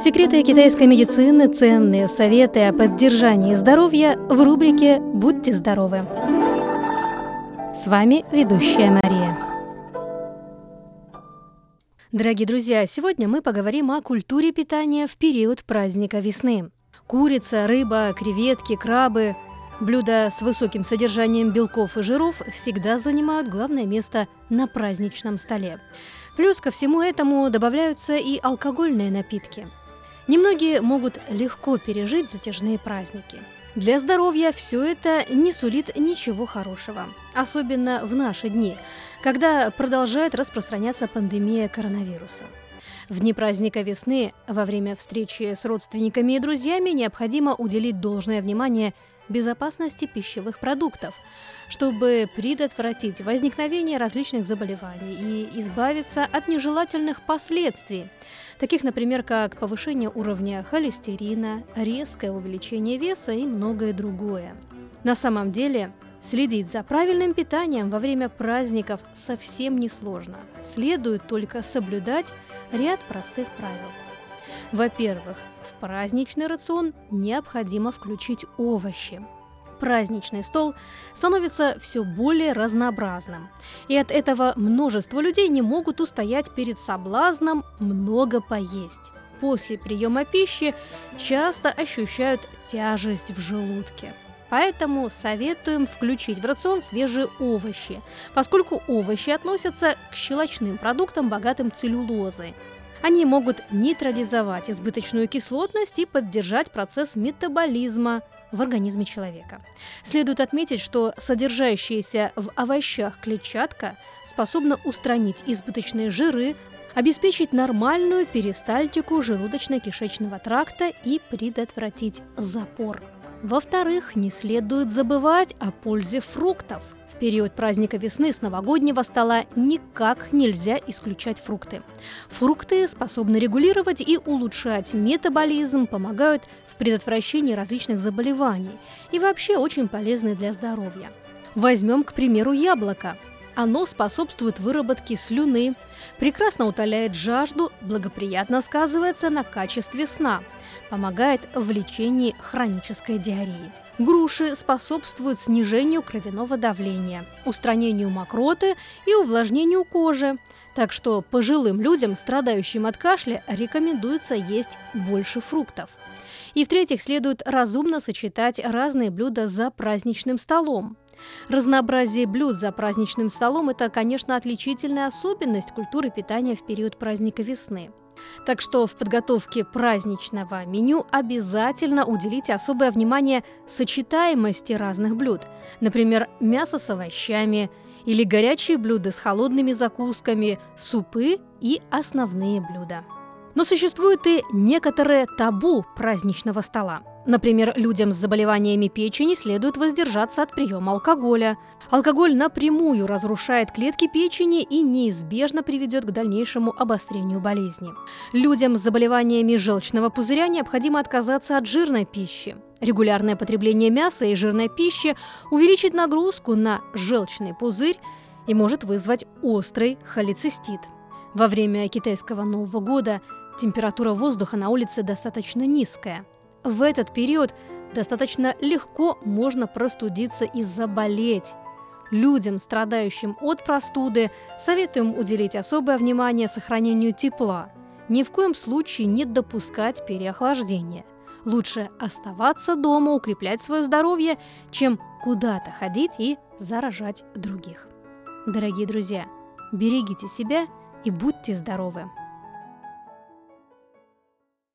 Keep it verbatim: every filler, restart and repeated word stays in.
Секреты китайской медицины, ценные советы о поддержании здоровья в рубрике «Будьте здоровы». С вами ведущая Мария. Дорогие друзья, сегодня мы поговорим о культуре питания в период праздника весны. Курица, рыба, креветки, крабы – блюда с высоким содержанием белков и жиров всегда занимают главное место на праздничном столе. Плюс ко всему этому добавляются и алкогольные напитки. Немногие могут легко пережить затяжные праздники. Для здоровья все это не сулит ничего хорошего, особенно в наши дни, когда продолжает распространяться пандемия коронавируса. В дни праздника весны, во время встречи с родственниками и друзьями, необходимо уделить должное внимание безопасности пищевых продуктов, чтобы предотвратить возникновение различных заболеваний и избавиться от нежелательных последствий, таких, например, как повышение уровня холестерина, резкое увеличение веса и многое другое. На самом деле, следить за правильным питанием во время праздников совсем несложно. Следует только соблюдать ряд простых правил. Во-первых, в праздничный рацион необходимо включить овощи. Праздничный стол становится все более разнообразным, и от этого множество людей не могут устоять перед соблазном много поесть. После приема пищи часто ощущают тяжесть в желудке. Поэтому советуем включить в рацион свежие овощи, поскольку овощи относятся к щелочным продуктам, богатым целлюлозой. Они могут нейтрализовать избыточную кислотность и поддержать процесс метаболизма в организме человека. Следует отметить, что содержащаяся в овощах клетчатка способна устранить избыточные жиры, обеспечить нормальную перистальтику желудочно-кишечного тракта и предотвратить запор. Во-вторых, не следует забывать о пользе фруктов. В период праздника весны с новогоднего стола никак нельзя исключать фрукты. Фрукты способны регулировать и улучшать метаболизм, помогают в предотвращении различных заболеваний и вообще очень полезны для здоровья. Возьмем, к примеру, яблоко. Оно способствует выработке слюны, прекрасно утоляет жажду, благоприятно сказывается на качестве сна, помогает в лечении хронической диареи. Груши способствуют снижению кровяного давления, устранению мокроты и увлажнению кожи. Так что пожилым людям, страдающим от кашля, рекомендуется есть больше фруктов. И в-третьих, следует разумно сочетать разные блюда за праздничным столом. Разнообразие блюд за праздничным столом – это, конечно, отличительная особенность культуры питания в период праздника весны. Так что в подготовке праздничного меню обязательно уделите особое внимание сочетаемости разных блюд. Например, мясо с овощами или горячие блюда с холодными закусками, супы и основные блюда. Но существует и некоторое табу праздничного стола. Например, людям с заболеваниями печени следует воздержаться от приема алкоголя. Алкоголь напрямую разрушает клетки печени и неизбежно приведет к дальнейшему обострению болезни. Людям с заболеваниями желчного пузыря необходимо отказаться от жирной пищи. Регулярное потребление мяса и жирной пищи увеличит нагрузку на желчный пузырь и может вызвать острый холецистит. Во время китайского Нового года температура воздуха на улице достаточно низкая. В этот период достаточно легко можно простудиться и заболеть. Людям, страдающим от простуды, советуем уделить особое внимание сохранению тепла. Ни в коем случае не допускать переохлаждения. Лучше оставаться дома, укреплять свое здоровье, чем куда-то ходить и заражать других. Дорогие друзья, берегите себя и будьте здоровы!